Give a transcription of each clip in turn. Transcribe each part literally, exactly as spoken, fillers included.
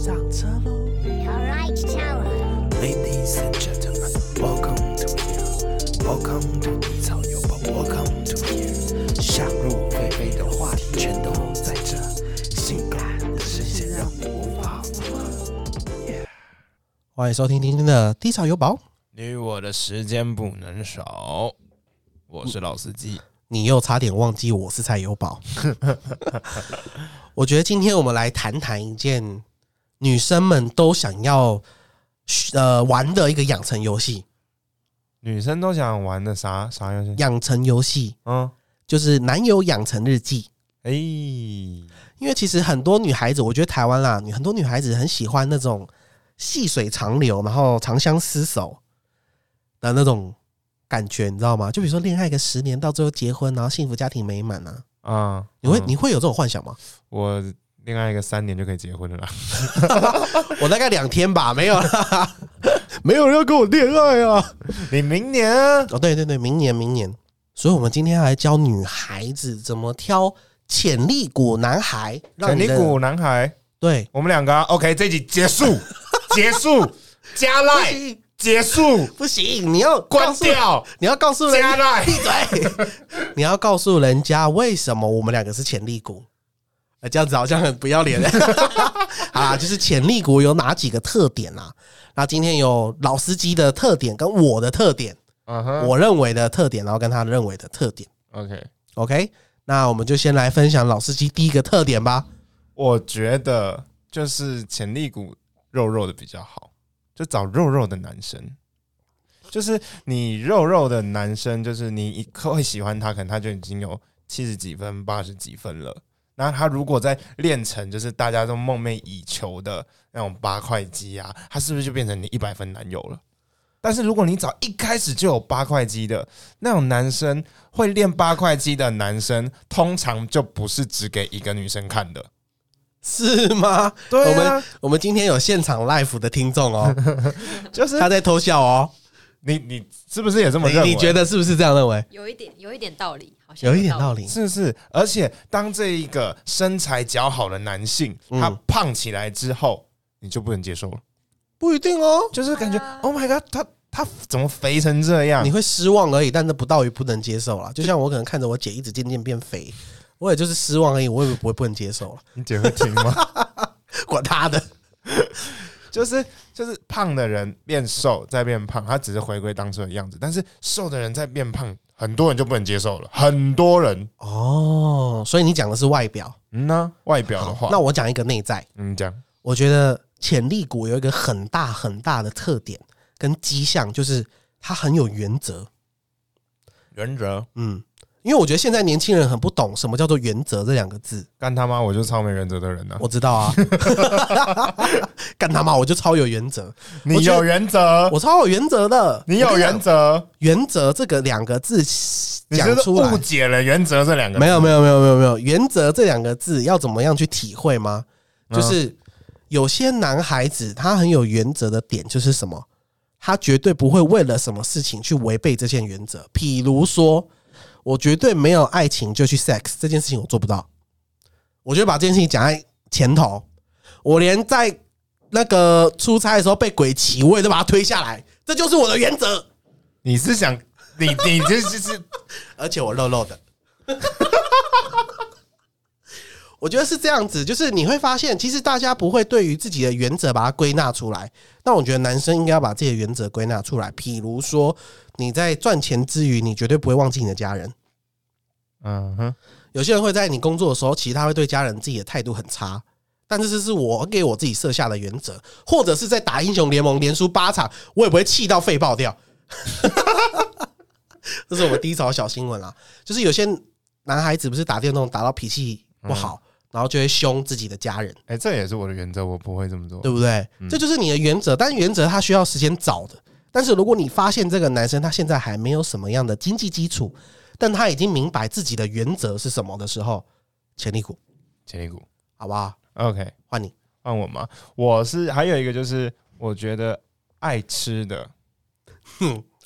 上车喽 Alright, Tower. Ladies and gentlemen, welcome to here. Welcome to 低潮有宝 Welcome to here. 想入非非的话题全都在这，性感的视线让你无法负荷。Yeah. 欢迎收听今天的低潮有宝， 你我的时间不能少。我是老司机。 你又差点忘记我是蔡有宝。我觉得今天我们来谈谈一件女生们都想要呃玩的一个养成游戏。 女生都想玩的啥啥游戏？ 养成游戏，嗯，就是男友养成日记。 哎、欸， 因为其实很多女孩子，我觉得台湾啦，很多女孩子很喜欢那种细水长流，然后长相厮守的那种感觉，你知道吗？就比如说恋爱个十年，到最后结婚，然后幸福家庭美满啊。啊、嗯，你会你会有这种幻想吗？ 我恋爱个三年就可以结婚了啦。 我大概两天吧，没有啦，没有人要跟我恋爱啊。 你明年啊？ 哦，对对对，明年明年。所以我们今天要来教女孩子怎么挑潜力股男孩。 潜力股男孩， 对我们两个、啊、OK， 这一集结束，结束，加赖。结束不行，你要关掉， 你要告诉人家闭嘴，你要告诉人家为什么我们两个是潜力股。这样子好像很不要脸。好啦，就是潜力股有哪几个特点啊？那今天有老司机的特点跟我的特点， uh-huh. 我认为的特点，然后跟他认为的特点。 OK OK， 那我们就先来分享老司机第一个特点吧。 我觉得就是潜力股肉肉的比较好。就找肉肉的男生，就是你肉肉的男生，就是你会喜欢他，可能他就已经有七十几分、八十几分了。那他如果再练成就是大家都梦寐以求的那种八块肌啊，他是不是就变成你一百分男友了？但是如果你找一开始就有八块肌的那种男生，会练八块肌的男生，通常就不是只给一个女生看的。 是吗？ 对啊， 我们我们今天有现场 live 的听众哦， 就是他在偷笑哦。 你你是不是也这么认为？ 你觉得是不是这样认为？ 有一点，有一点道理，好像有一点道理， 是是。而且当这一个身材姣好的男性，嗯、他胖起来之后，你就不能接受了。 不一定哦， 就是感觉、啊、，Oh my god， 他他怎么肥成这样？ 你会失望而已，但那不到于不能接受啦。就像我可能看着我姐一直渐渐变肥。我也就是失望而已，我也不会不能接受了。 你姐会听吗？ 管他的， 就是就是胖的人变瘦再变胖，他只是回归当初的样子。但是瘦的人再变胖，很多人就不能接受了。很多人哦，所以你讲的是外表， 嗯呢、啊？外表的话， 那我讲一个内在。 嗯，讲。 我觉得潜力股有一个很大很大的特点跟迹象，就是它很有原则。 原则， 嗯。因为我觉得现在年轻人很不懂什么叫做原则这两个字。 干他妈，我就超没原则的人啊！ 我知道啊，干他妈，我就超有原则。 你有原则， 我超有原则的。 你有原则， 原则这个两个字讲出来， 你是误解了原则这两个字。 没有没有没有没有没有，原则这两个字要怎么样去体会吗？就是有些男孩子他很有原则的点就是什么？他绝对不会为了什么事情去违背这件原则。譬如说，我绝对没有爱情就去 sex 这件事情我做不到，我就把这件事情讲在前头。我连在那个出差的时候被鬼骑，我也都把它推下来，这就是我的原则。 你是想你你这就是， 而且我肉肉的。我觉得是这样子，就是你会发现，其实大家不会对于自己的原则把它归纳出来，但我觉得男生应该要把自己的原则归纳出来。譬如说，你在赚钱之余，你绝对不会忘记你的家人。嗯哼，有些人会在你工作的时候，其实他会对家人自己的态度很差，但这是我给我自己设下的原则。或者是在打英雄联盟连输八场，我也不会气到肺爆掉。这是我们第一条小新闻啦，就是有些男孩子不是打电动打到脾气不好。嗯，然后就会凶自己的家人。 哎、欸，这也是我的原则，我不会这么做， 对不对？嗯、这就是你的原则，但原则它需要时间找的。但是如果你发现这个男生他现在还没有什么样的经济基础，但他已经明白自己的原则是什么的时候，潜力股， 潜力股， 好不好 ？OK， 换你， 换我吗？我是还有一个就是，我觉得爱吃的， 哼，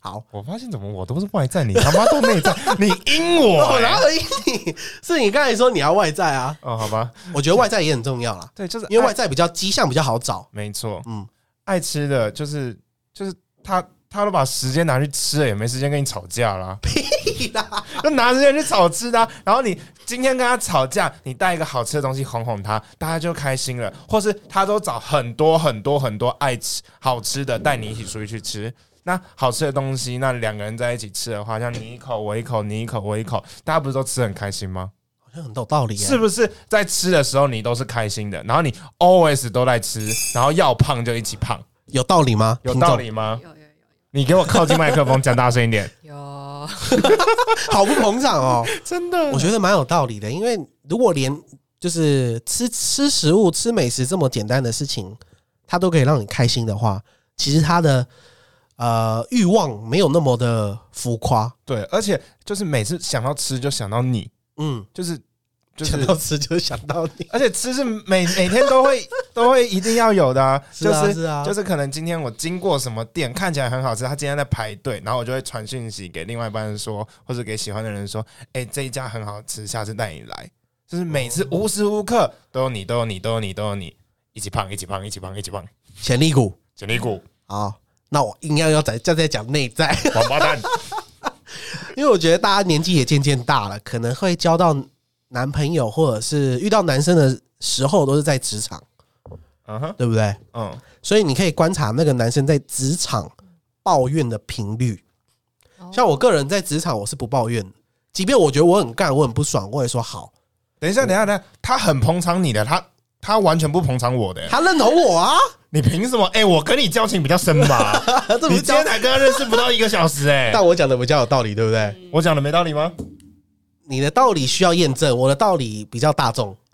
好， 我发现怎么我都是外在，你他妈都内在，你阴我、欸， 我哪有阴你？是你刚才说你要外在啊？ 哦，好吧， 我觉得外在也很重要啦， 对，就是因为外在比较迹象比较好找。 没错， 嗯， 爱吃的就是就是他他都把时间拿去吃了，也没时间跟你吵架啦， 屁啦！ 就拿时间去炒吃的啊、然后你今天跟他吵架，你带一个好吃的东西哄哄他，大家就开心了。或是他都找很多很多很多爱吃好吃的带你一起出去去吃。那好吃的东西，那两个人在一起吃的话，像你一口我一口，你一口我一口，大家不是都吃得很开心吗？ 好像很有道理耶， 是不是在吃的时候你都是开心的，然后你 always 都在吃，然后要胖就一起胖， 有道理吗？ 有道理吗？ 有有有你给我靠近麦克风，讲大声一点。 有， 好不捧场哦， 真的， 我觉得蛮有道理的。因为如果连就是吃吃食物、吃美食这么简单的事情，它都可以让你开心的话，其实它的呃欲望没有那么的浮夸。 对，而且就是每次想到吃就想到你， 嗯， 就是就是想到吃就想到你。 而且吃是每每天都会都会一定要有的啊， 是啊就是啊就是可能今天我经过什么店看起来很好吃，他今天在排队，然后我就会传讯息给另外一半人说，或者给喜欢的人说，哎、这一家很好吃，下次带你来。就是每次无时无刻都有你，都有你，都有你，都有你，一起胖，一起胖，一起胖，一起胖。 潜力股， 潜力股， 好，那我硬要要再再再讲内在， 王八蛋。 因为我觉得大家年纪也渐渐大了，可能会交到男朋友或者是遇到男生的时候都是在职场， 嗯哼， 对不对？ 嗯， 所以你可以观察那个男生在职场抱怨的频率。像我个人在职场我是不抱怨的，即便我觉得我很干，我很不爽，我也说好。 等一下，等一下，等一下，他很捧场你的，他他完全不捧场我的、欸， 他认同我啊， 你凭什么？哎、欸，我跟你交情比较深吧？ 这不是交你今天才跟他认识不到一个小时、欸，哎， 但我讲的比较有道理，对不对？ 我讲的没道理吗？ 你的道理需要验证，我的道理比较大众。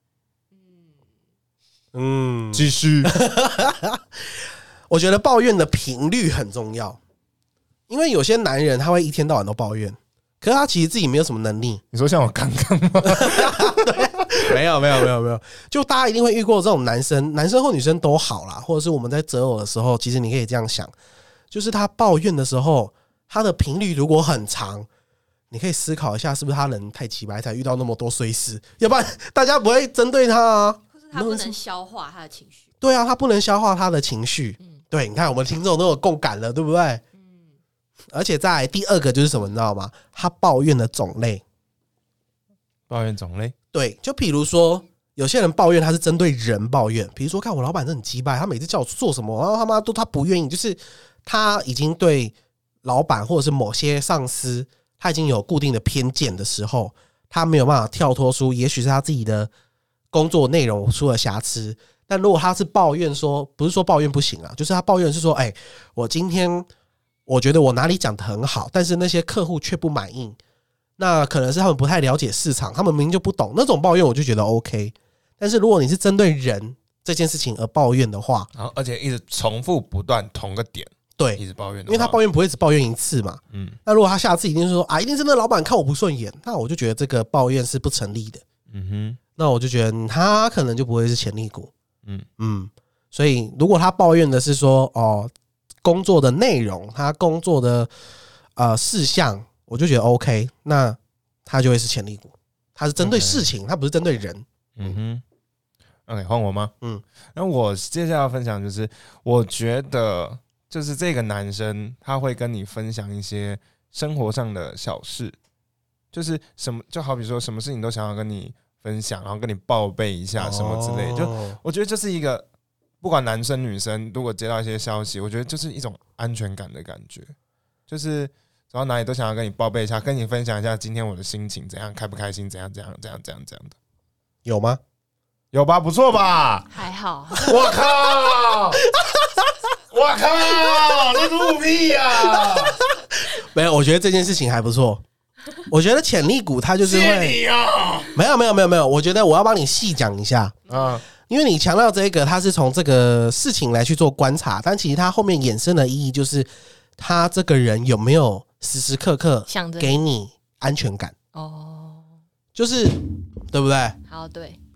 嗯， 继续。 我觉得抱怨的频率很重要，因为有些男人他会一天到晚都抱怨，可是他其实自己没有什么能力。 你说像我刚刚吗？ 没有没有没有没有，就大家一定会遇过这种男生，男生或女生都好啦，或者是我们在择偶的时候，其实你可以这样想，就是他抱怨的时候，他的频率如果很长，你可以思考一下，是不是他人太奇葩才遇到那么多衰事，要不然大家不会针对他啊。 或是他不能消化他的情绪。 对啊，他不能消化他的情绪。 嗯， 对，你看我们听众都有共感了，对不对？ 嗯， 而且再来第二个就是什么，你知道吗？他抱怨的种类。 抱怨种类， 对，就比如说有些人抱怨他是针对人抱怨，比如说看我老板真的很鸡掰，他每次叫我做什么，然后他妈都他不愿意，就是他已经对老板或者是某些上司他已经有固定的偏见的时候，他没有办法跳脱出也许是他自己的工作内容出了瑕疵。但如果他是抱怨说，不是说抱怨不行啊，就是他抱怨是说，哎、欸，我今天我觉得我哪里讲得很好，但是那些客户却不满意，那可能是他们不太了解市场，他们明明就不懂，那种抱怨我就觉得 OK。但是如果你是针对人这件事情而抱怨的话， 然后而且一直重复不断同个点， 对， 一直抱怨的话， 因为他抱怨不会只抱怨一次嘛。 嗯那如果他下次一定是说啊，一定是那老板看我不顺眼，那我就觉得这个抱怨是不成立的。 嗯哼， 那我就觉得他可能就不会是潜力股。 嗯嗯，所以如果他抱怨的是说哦，工作的内容，他工作的呃事项，我就觉得 OK， 那他就会是潜力股。他是针对事情， okay. 他不是针对人。 嗯哼。OK， 换我吗？ 嗯， 那我接下来要分享就是，我觉得就是这个男生他会跟你分享一些生活上的小事，就是什么，就好比说什么事情都想要跟你分享，然后跟你报备一下什么之类的。就我觉得这是一个，不管男生女生，如果接到一些消息，我觉得就是一种安全感的感觉，就是走到哪里都想要跟你报备一下，跟你分享一下今天我的心情怎样，开不开心，怎样怎样怎样怎样怎样的， 有吗？ 有吧，不错吧？ 还好。 我靠！我靠！你录屁呀！ 没有，我觉得这件事情还不错。我觉得潜力股它就是会， 谢你啊！ 没有没有没有没有，我觉得我要帮你细讲一下啊， 因为你强调这个，它是从这个事情来去做观察，但其实它后面衍生的意义就是，他这个人有没有时时刻刻给你安全感？ 哦， 就是对不对？ 好，对。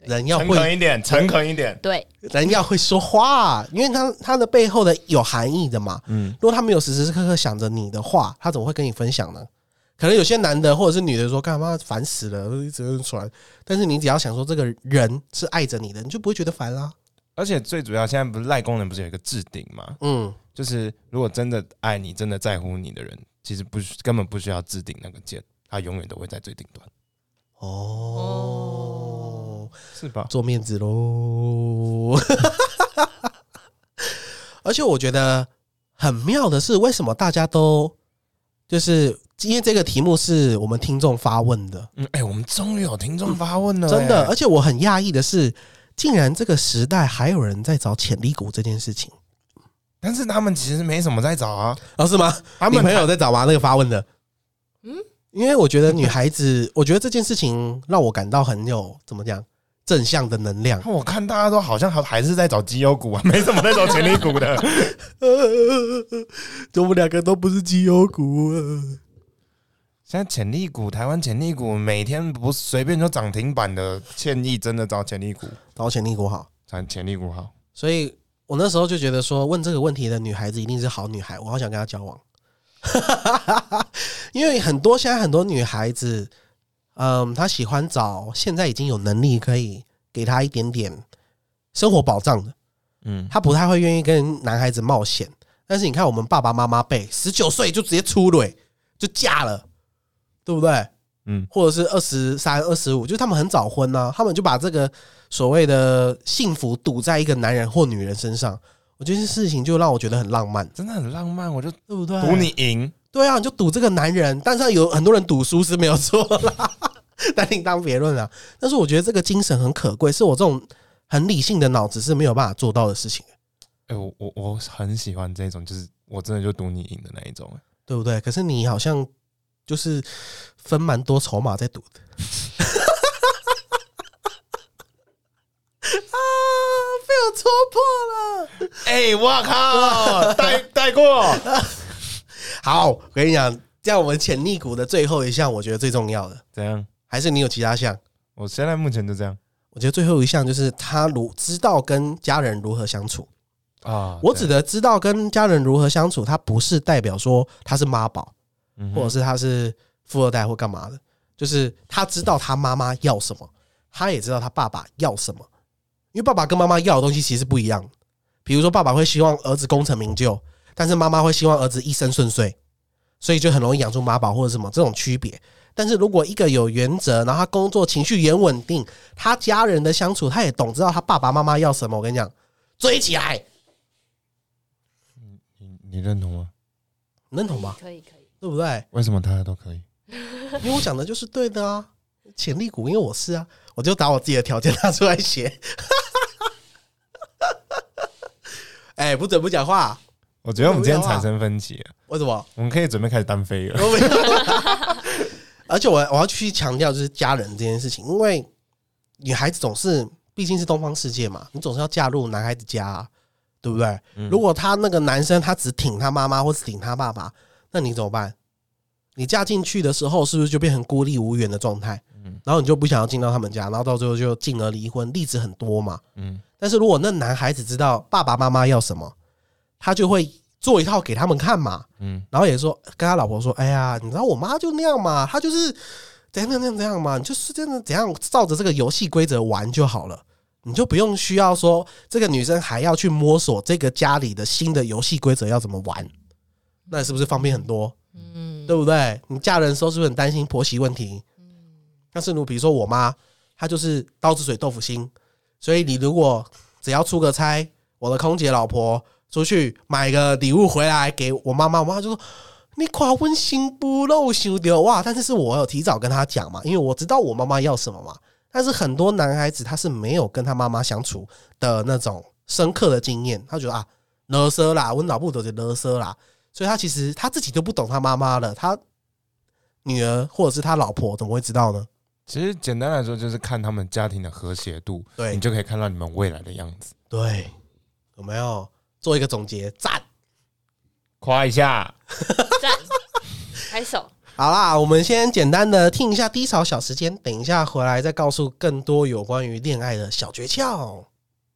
诚人要会恳一点，诚恳一点。 对， 人要会说话，因为他他的背后的有含义的嘛。 嗯， 如果他没有时时刻刻想着你的话，他怎么会跟你分享呢？可能有些男的或者是女的说干嘛烦死了，一直传。但是你只要想说这个人是爱着你的，你就不会觉得烦啦。 而且最主要，现在不是赖功能不是有一个置顶吗？ 嗯， 就是如果真的爱你、真的在乎你的人，其实不根本不需要置顶那个键，他永远都会在最顶端。 哦， 是吧？ 做面子喽。而且我觉得很妙的是，为什么大家都就是因为这个题目是我们听众发问的， 嗯，哎、欸，我们终于有听众发问了、欸， 真的。而且我很讶异的是，竟然这个时代还有人在找潜力股这件事情。 但是他们其实没什么在找啊， 哦，是吗？ 他们你朋友在找吗？那个发问的， 嗯， 因为我觉得女孩子，我觉得这件事情让我感到很有怎么讲正向的能量。 我看大家都好像还是在找绩优股啊，没什么在找潜力股的。 我们两个都不是绩优股啊。 现在潜力股，台湾潜力股每天不随便就涨停板的，建议真的找潜力股， 找潜力股好， 找潜力股好。 所以我那时候就觉得说，问这个问题的女孩子一定是好女孩，我好想跟她交往。因为很多现在很多女孩子，嗯，她喜欢找现在已经有能力可以给她一点点生活保障的， 嗯， 她不太会愿意跟男孩子冒险。但是你看我们爸爸妈妈辈，十九岁就直接出轨就嫁了，对不对？ 嗯， 或者是二十三、二十五，就是他们很早婚啊，他们就把这个所谓的幸福赌在一个男人或女人身上。我觉得这事情就让我觉得很浪漫， 真的很浪漫，我就对不对？ 赌你赢， 对啊，你就赌这个男人，但是有很多人赌输是没有错啦，但另当别论啊。但是我觉得这个精神很可贵，是我这种很理性的脑子是没有办法做到的事情。 哎、欸，我我我很喜欢这种，就是我真的就赌你赢的那一种， 对不对？可是你好像就是分蛮多筹码在赌的。啊！被我戳破了！ 哎、欸，我靠，带带过。 好，我跟你讲，这样我们潜力股的最后一项，我觉得最重要的， 怎样？ 还是你有其他项？ 我现在目前就这样。 我觉得最后一项就是他如知道跟家人如何相处啊。 我指的知道跟家人如何相处，他不是代表说他是妈宝， 嗯、 或者是他是富二代或干嘛的，就是他知道他妈妈要什么，他也知道他爸爸要什么。因为爸爸跟妈妈要的东西其实不一样，比如说爸爸会希望儿子功成名就，但是妈妈会希望儿子一生顺遂，所以就很容易养出妈宝或者什么这种区别。但是如果一个有原则，然后他工作情绪也稳定，他家人的相处他也懂知道他爸爸妈妈要什么，我跟你讲，追起来。 你你你认同吗？ 认同吧？ 可以可以， 对不对？ 为什么大家都可以？ 因为我讲的就是对的啊，潜力股，因为我是啊，我就打我自己的条件拿出来写。哎、欸，不准不讲话。 我觉得我们今天产生分歧了。 为什么？ 我们可以准备开始单飞了。 而且我我要去强调就是家人这件事情，因为女孩子总是毕竟是东方世界嘛，你总是要嫁入男孩子家、啊，对不对？嗯、如果他那个男生他只挺他妈妈或是挺他爸爸，那你怎么办？你嫁进去的时候是不是就变成孤立无援的状态？嗯，然后你就不想要进到他们家，然后到最后就进而离婚，例子很多嘛。嗯，但是如果那男孩子知道爸爸妈妈要什么，他就会做一套给他们看嘛。嗯，然后也说跟他老婆说，哎呀，你知道我妈就那样嘛，她就是怎样怎样怎样嘛，你就是真的怎样照着这个游戏规则玩就好了，你就不用需要说这个女生还要去摸索这个家里的新的游戏规则要怎么玩，那是不是方便很多？嗯，对不对？你嫁人的时候是不是很担心婆媳问题？嗯，但是如比如说我妈，她就是刀子嘴豆腐心，所以你如果只要出个差，我的空姐老婆出去买个礼物回来给我妈妈，我妈就说你看我心不漏想到哇！但是是我有提早跟她讲嘛，因为我知道我妈妈要什么嘛。但是很多男孩子他是没有跟他妈妈相处的那种深刻的经验，他觉得啊，垃圾啦，我老母都是垃圾啦。所以他其实他自己都不懂他妈妈了，他女儿或者是他老婆怎么会知道呢？ 其实简单来说就是看他们家庭的和谐度， 对， 你就可以看到你们未来的样子。 对，有没有做一个总结？赞， 夸一下， 赞，拍手。 好啦，我们先简单的听一下低潮小时间，等一下回来再告诉更多有关于恋爱的小诀窍。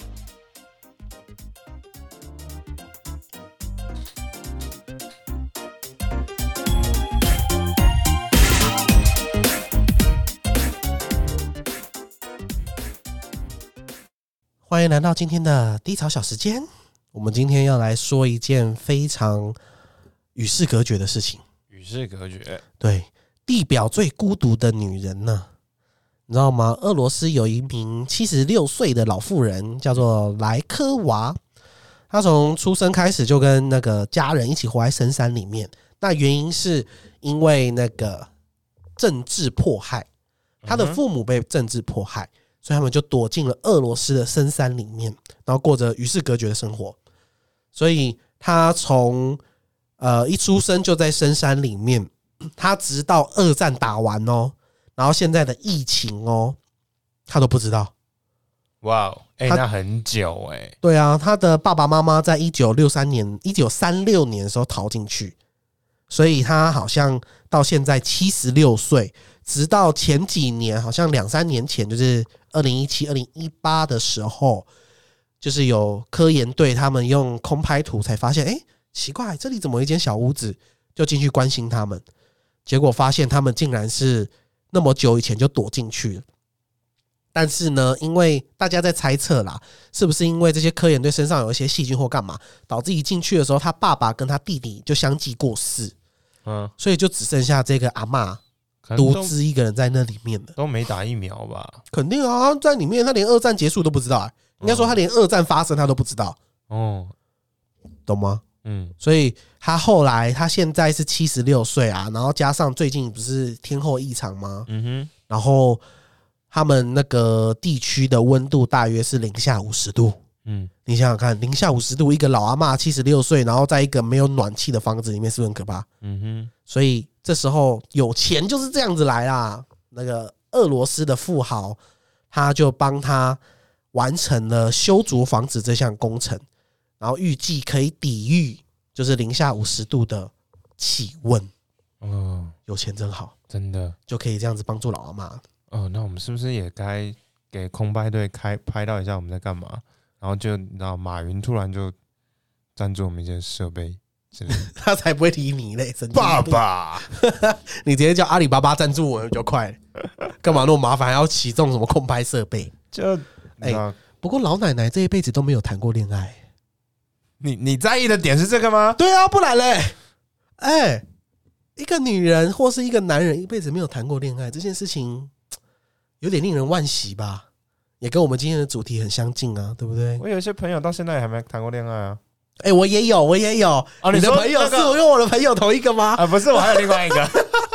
欢迎来到今天的低潮小时间。我们今天要来说一件非常与世隔绝的事情。 与世隔绝， 对，地表最孤独的女人呢？你知道吗？俄罗斯有一名七十六岁的老妇人，叫做莱科娃。她从出生开始就跟那个家人一起活在深山里面。那原因是因为那个政治迫害，她的父母被政治迫害。所以他们就躲进了俄罗斯的深山里面，然后过着与世隔绝的生活。所以他从呃一出生就在深山里面，他直到二战打完哦，然后现在的疫情哦，他都不知道。 哇哦，哎，那很久哎、欸。 对啊，他的爸爸妈妈在一九六三年、一九三六年的时候逃进去，所以他好像到现在七十六岁，直到前几年，好像两三年前，就是二零一七、二零一八的时候，就是有科研队他们用空拍图才发现，哎，奇怪，这里怎么有一间小屋子？就进去关心他们，结果发现他们竟然是那么久以前就躲进去了。但是呢，因为大家在猜测啦，是不是因为这些科研队身上有一些细菌或干嘛，导致一进去的时候，他爸爸跟他弟弟就相继过世，嗯，所以就只剩下这个阿嬷独自一个人在那里面的， 都没打疫苗吧？ 肯定啊，在里面他连二战结束都不知道、欸，应该说他连二战发生他都不知道，哦，懂吗？嗯，所以他后来他现在是七十六岁啊，然后加上最近不是天候异常吗？嗯哼，然后他们那个地区的温度大约是零下五十度。嗯，你想想看，零下五十度，一个老阿嬷七十六岁，然后在一个没有暖气的房子里面，是不是很可怕？嗯哼，所以这时候有钱就是这样子来啦。那个俄罗斯的富豪，他就帮他完成了修筑房子这项工程，然后预计可以抵御就是零下五十度的气温。哦，有钱真好， 真的就可以这样子帮助老阿嬷。 哦，那我们是不是也该给空拍队开拍到一下我们在干嘛？然后就你知道，马云突然就赞助我们一些设备之类的， 他才不会理你嘞， 爸爸， 你直接叫阿里巴巴赞助我比较快，干嘛那么麻烦，还要启动什么空拍设备？ 就哎、欸，不过老奶奶这一辈子都没有谈过恋爱， 你你在意的点是这个吗？ 对啊，不然嘞，哎、欸，一个女人或是一个男人一辈子没有谈过恋爱，这件事情有点令人惋惜吧。也跟我们今天的主题很相近啊，对不对？ 我有一些朋友到现在也还没谈过恋爱啊。 哎、欸，我也有，我也有。哦，你的朋友是我跟我的朋友同一个吗？ 啊，不是，我还有另外一个。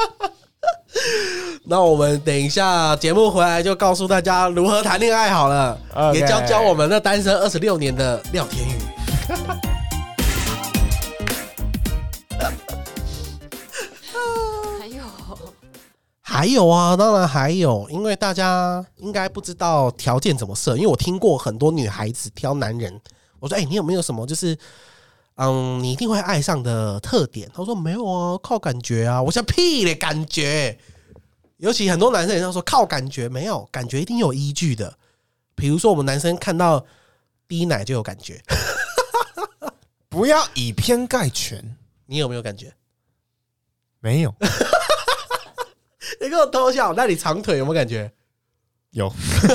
那我们等一下节目回来就告诉大家如何谈恋爱好了， okay. 也教教我们那单身二十六年的廖天宇。还有啊，当然还有，因为大家应该不知道条件怎么设，因为我听过很多女孩子挑男人，我说：“哎、欸，你有没有什么就是，嗯，你一定会爱上的特点？”他说：“没有啊，靠感觉啊。”我说：“屁嘞，感觉！”尤其很多男生也说靠感觉，没有感觉一定有依据的。比如说，我们男生看到滴奶就有感觉， 不要以偏概全。 你有没有感觉？ 没有。 你给我偷笑，那你长腿有没有感觉？ 有。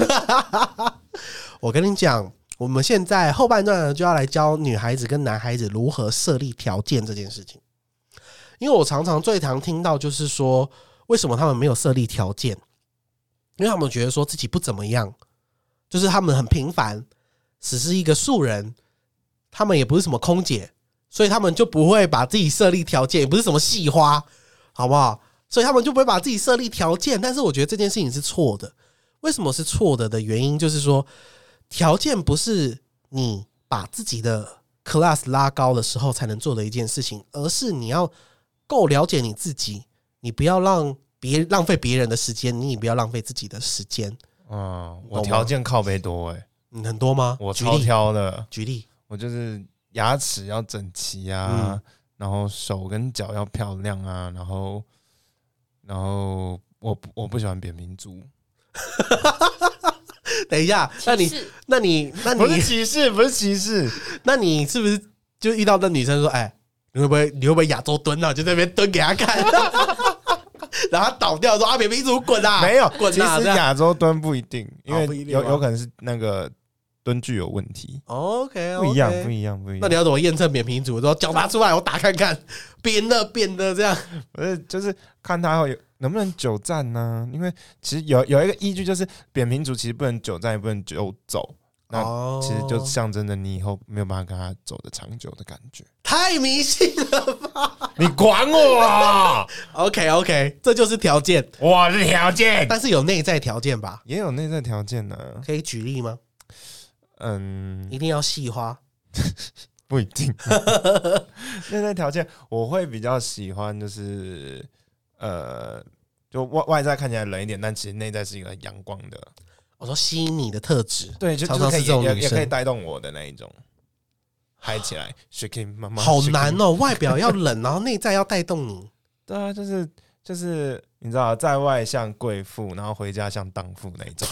我跟你讲，我们现在后半段就要来教女孩子跟男孩子如何设立条件这件事情。因为我常常最常听到就是说，为什么他们没有设立条件？因为他们觉得说自己不怎么样，就是他们很平凡，只是一个素人，他们也不是什么空姐，所以他们就不会把自己设立条件，也不是什么细花，好不好？所以他们就不会把自己设立条件，但是我觉得这件事情是错的。为什么是错的的原因就是说，条件不是你把自己的 class 拉高的时候才能做的一件事情，而是你要够了解你自己，你不要让别浪费别人的时间，你也不要浪费自己的时间。 嗯，我条件靠北多哎、欸， 你很多吗？ 我超挑的。 举例， 我就是牙齿要整齐啊、嗯，然后手跟脚要漂亮啊，然后。 然后我我不喜欢扁平足。 等一下，那你那你那你不是歧视，不是歧视， 那你是不是就遇到那女生说，哎，你会不会你会不会亚洲蹲啊？就在那边蹲给她看，然后她倒掉说啊，扁平足滚啊， 没有， 滚啊！ 其实亚洲蹲不一定，因为哦不一定吗有有可能是那个蹲具有问题。 OK， 不一样，不一样，不一样。 那你要怎么验证扁平足？说脚拿出来，我打看看，扁的扁的这样。 不是，就是看他有能不能久站呢、啊？因为其实有有一个依据，就是扁平足其实不能久站，也不能久走。那其实就象征着你以后没有办法跟他走的长久的感觉。 太迷信了吧！ 你管我啊 ！OK OK， 这就是条件， 我的条件。 但是有内在条件吧？ 也有内在条件呢、啊。 可以举例吗？ 嗯， 一定要细花。 不一定，内在条件我会比较喜欢，就是呃，就外外在看起来冷一点，但其实内在是一个阳光的。 我说吸引你的特质， 对，就常常是这种女生， 也可以带动我的那一种，嗨起来 ，shaking 妈妈， 好难哦！外表要冷，然后内在要带动你。 对啊，就是就是你知道，在外像贵妇，然后回家像荡妇那一种。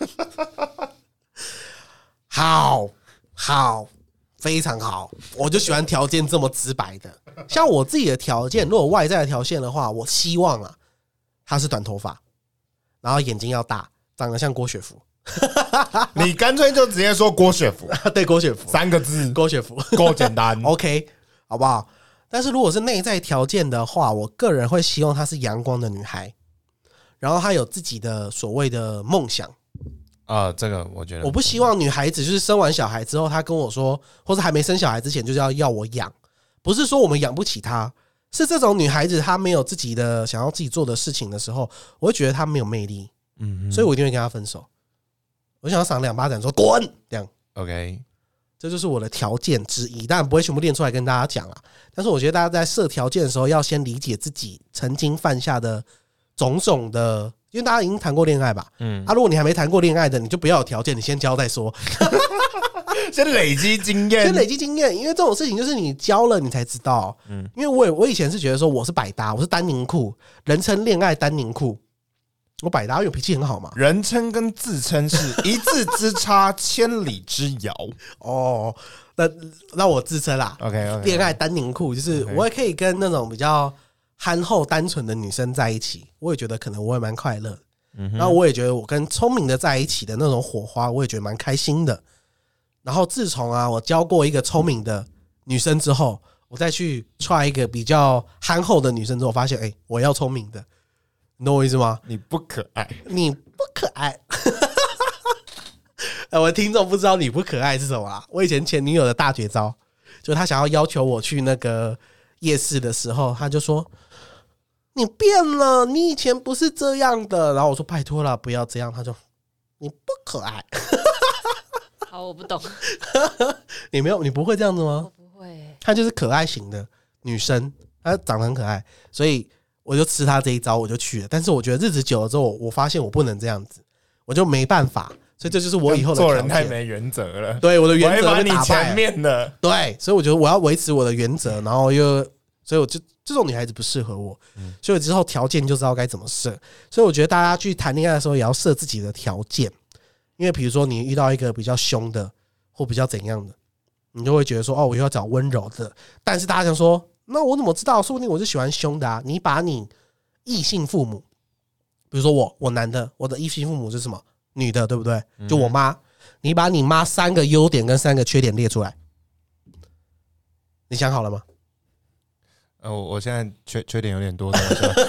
好好。非常好，我就喜欢条件这么直白的。像我自己的条件，如果外在的条件的话，我希望啊，他是短头发，然后眼睛要大，长得像郭雪芙。 你干脆就直接说郭雪芙， 对，郭雪芙三个字， 郭雪芙够简单。 OK， 好不好？但是如果是内在条件的话，我个人会希望她是阳光的女孩，然后她有自己的所谓的梦想。 啊、呃，这个我觉得我不希望女孩子就是生完小孩之后，她跟我说，或是还没生小孩之前，就是要要我养，不是说我们养不起她，是这种女孩子她没有自己的想要自己做的事情的时候，我会觉得她没有魅力，嗯，所以我一定会跟她分手。我想要赏两巴掌，说滚，这样 OK， 这就是我的条件之一，当然不会全部练出来跟大家讲啦。但是我觉得大家在设条件的时候，要先理解自己曾经犯下的种种的。因为大家已经谈过恋爱吧，嗯，啊，如果你还没谈过恋爱的，你就不要有条件，你先交再说， 先累积经验， 先累积经验，因为这种事情就是你交了你才知道，嗯，因为我我以前是觉得说我是百搭，我是丹宁裤，人称恋爱丹宁裤，我百搭因为我脾气很好嘛， 人称跟自称是一字之差，千里之遥。 哦，那那我自称啦 ，OK， OK， 恋爱丹宁裤就是我也可以跟那种比较憨厚单纯的女生在一起，我也觉得可能我也蛮快乐。嗯，然后我也觉得我跟聪明的在一起的那种火花，我也觉得蛮开心的。然后自从啊我交过一个聪明的女生之后，我再去 try 一个比较憨厚的女生之后，发现哎、欸，我要聪明的，你懂我意思吗？ 你不可爱， 你不可爱。我的听众不知道你不可爱是什么啊？我以前前女友的大绝招，就她想要要求我去那个夜市的时候，她就说。你变了，你以前不是这样的。然后我说拜托了，不要这样。他就你不可爱。 好，我不懂。 你没有，你不会这样子吗？ 我不会。 她就是可爱型的女生，她长得很可爱，所以我就吃她这一招，我就去了。但是我觉得日子久了之后，我发现我不能这样子，我就没办法。所以这就是我以后的做人太没原则了。 对，我的原则被打败了。前面的对，所以我觉得我要维持我的原则，然后又，所以我就。这种女孩子不适合我，所以之后条件就知道该怎么设。所以我觉得大家去谈恋爱的时候也要设自己的条件，因为比如说你遇到一个比较凶的或比较怎样的，你就会觉得说哦，我要找温柔的。但是大家想说，那我怎么知道？说不定我是喜欢凶的啊！你把你异性父母，比如说我，我男的，我的异性父母是什么？女的，对不对？就我妈，你把你妈三个优点跟三个缺点列出来，你想好了吗？ 呃，我现在缺缺点有点多，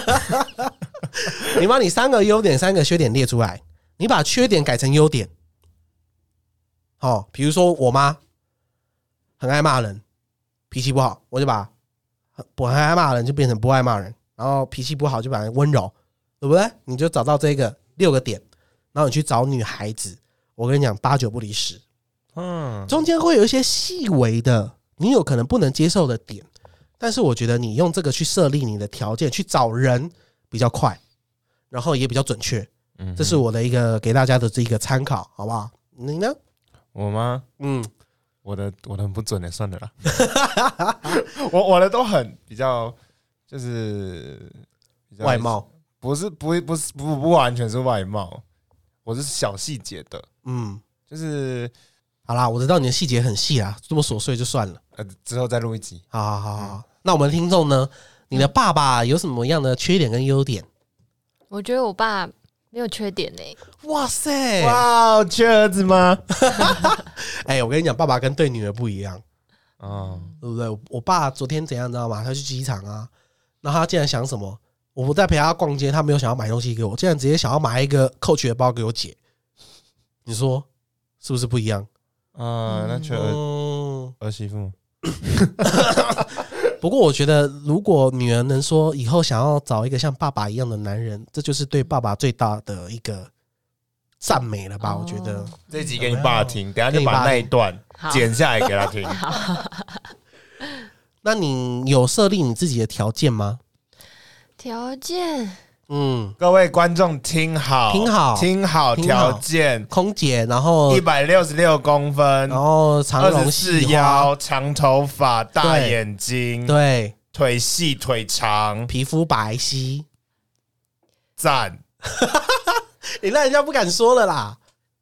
你把你三个优点、三个缺点列出来，你把缺点改成优点。哦，比如说我妈很爱骂人，脾气不好，我就把不很爱骂人就变成不爱骂人，然后脾气不好就把它温柔，对不对？你就找到这个六个点，然后你去找女孩子，我跟你讲，八九不离十。嗯，中间会有一些细微的，你有可能不能接受的点。但是我觉得你用这个去设立你的条件，去找人比较快，然后也比较准确。嗯，这是我的一个给大家的这一个参考，好不好？你呢？ 我吗？嗯，我的我的很不准的，算了啦。我我的都很比较，就是比较外貌， 不是不不是不不完全是外貌，我是小细节的， 嗯， 就是好啦，我知道你的细节很细啦，这么琐碎就算了。 呃之后再录一集。 好好好好，嗯、那我们听众呢？你的爸爸有什么样的缺点跟优点？ 我觉得我爸没有缺点呢、欸。 哇塞， 哇，缺儿子吗？ 哎、欸，我跟你讲，爸爸跟对女儿不一样， 哦， 对不对？我爸昨天怎样，你知道吗？他去机场啊，然后他竟然想什么？我不在陪他逛街，他没有想要买东西给我，竟然直接想要买一个 Coach 的包给我姐。你说是不是不一样？ 啊，那缺儿、 嗯、 儿媳妇。 不过我觉得，如果女儿能说以后想要找一个像爸爸一样的男人，这就是对爸爸最大的一个赞美了吧？ 哦、 我觉得这一集给你爸听，等一下就把那一段剪下来给他听。 那你有设立你自己的条件吗？ 条件， 嗯， 各位观众听好， 听好， 听好条件： 空姐，然后一百六十六公分， 然后长绒细细腰，长头发，大眼睛， 对， 腿细腿长， 皮肤白皙， 赞！ 你让人家不敢说了啦。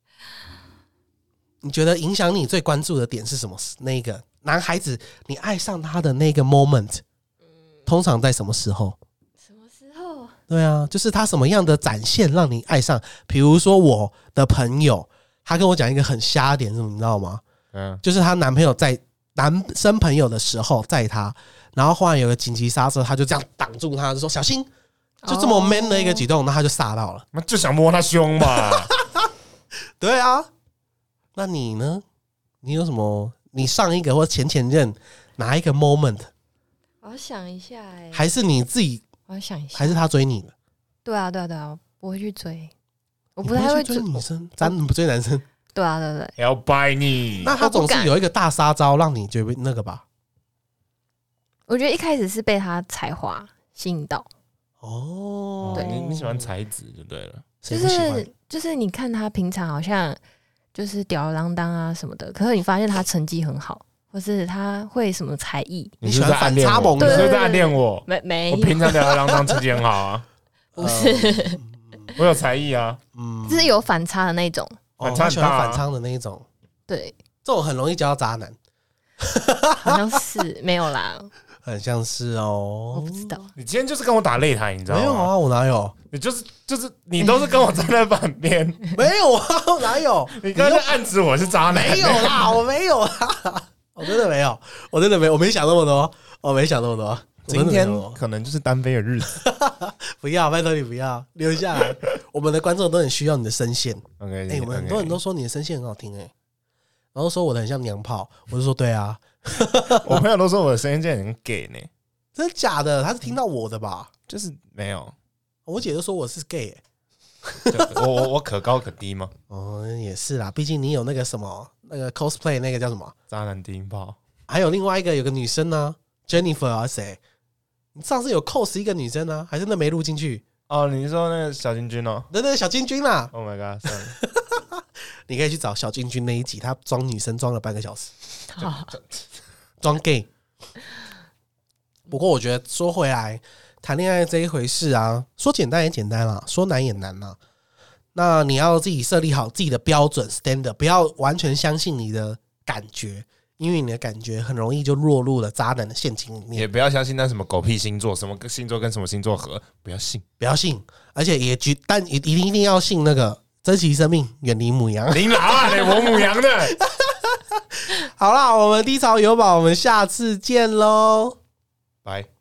你觉得影响你最关注的点是什么？那个男孩子，你爱上他的那个 moment， 通常在什么时候？ 什么时候？ 对啊，就是他什么样的展现让你爱上？比如说我的朋友，他跟我讲一个很瞎点，什么你知道吗？嗯，就是她男朋友在男生朋友的时候载她，然后忽然有个紧急刹车，他就这样挡住他，就说小心，就这么 man 的一个举动，那他就吓到了， 那就想摸他胸吧。 对啊，那你呢？你有什么？你上一个或前前任哪一个 moment？ 我要想一下哎、欸， 还是你自己？ 我要想一下， 还是他追你的？ 对啊，对啊，对啊，我会去追，我不不太会追女生，咱不追男生。 对啊，对对， 要拜你。 那他总是有一个大杀招让你觉得那个吧？ 我觉得一开始是被他才华吸引到。 哦， 对， 你你喜欢才子就对了， 就是就是你看他平常好像就是吊儿郎当啊什么的，可是你发现他成绩很好，或是他会什么才艺， 你喜欢反差萌，你是在暗恋我？ 没没， 我平常吊儿郎当，成绩很好啊， 不是， 我有才艺啊， 嗯，就是有反差的那种， 反差喜欢反差的那一种， 对， 这种很容易交到渣男， 好像是没有啦。 很像是哦， 我不知道。 你今天就是跟我打擂台，你知道吗？ 没有啊，我哪有？ 你就是就是你都是跟我站在反边， 没有啊，我哪有？ 你刚才暗指我是渣男， 没有啦，我没有啦，我真的没有，我真的没有，我没想那么多，我没想那么多。 今天可能就是单飞的日子， 不要，拜托你不要留下来。我们的观众都很需要你的声线。 OK， 哎，我们很多人都说你的声线很好听，哎，然后说我的很像娘炮，我就说对啊。 我朋友都说我的声音真的很 gay 呢， 真的假的？他是听到我的吧？ 就是没有， 我姐就说我是 gay， 我我我可高可低吗？ 哦，也是啦，毕竟你有那个什么那个 cosplay 那个叫什么渣男低音炮， 还有另外一个有个女生呢 ，Jennifer 啊谁？你上次有 cos 一个女生呢，还是那没录进去？ 哦，你是说那个小金君哦？ 对对，小金君啦。 Oh my god， 算了， 你可以去找小金君那一集，他装女生装了半个小时，装 gay。不过我觉得说回来，谈恋爱这一回事啊，说简单也简单啦，说难也难啦。那你要自己设立好自己的标准 standard， 不要完全相信你的感觉，因为你的感觉很容易就落入了渣男的陷阱里面。 也不要相信那什么狗屁星座，什么星座跟什么星座合，不要信， 不要信，而且也绝但一定一定要信那个珍惜生命，远离母羊。 你哪来我母羊的？ 好啦，我们低潮有宝，我们下次见喽， 拜。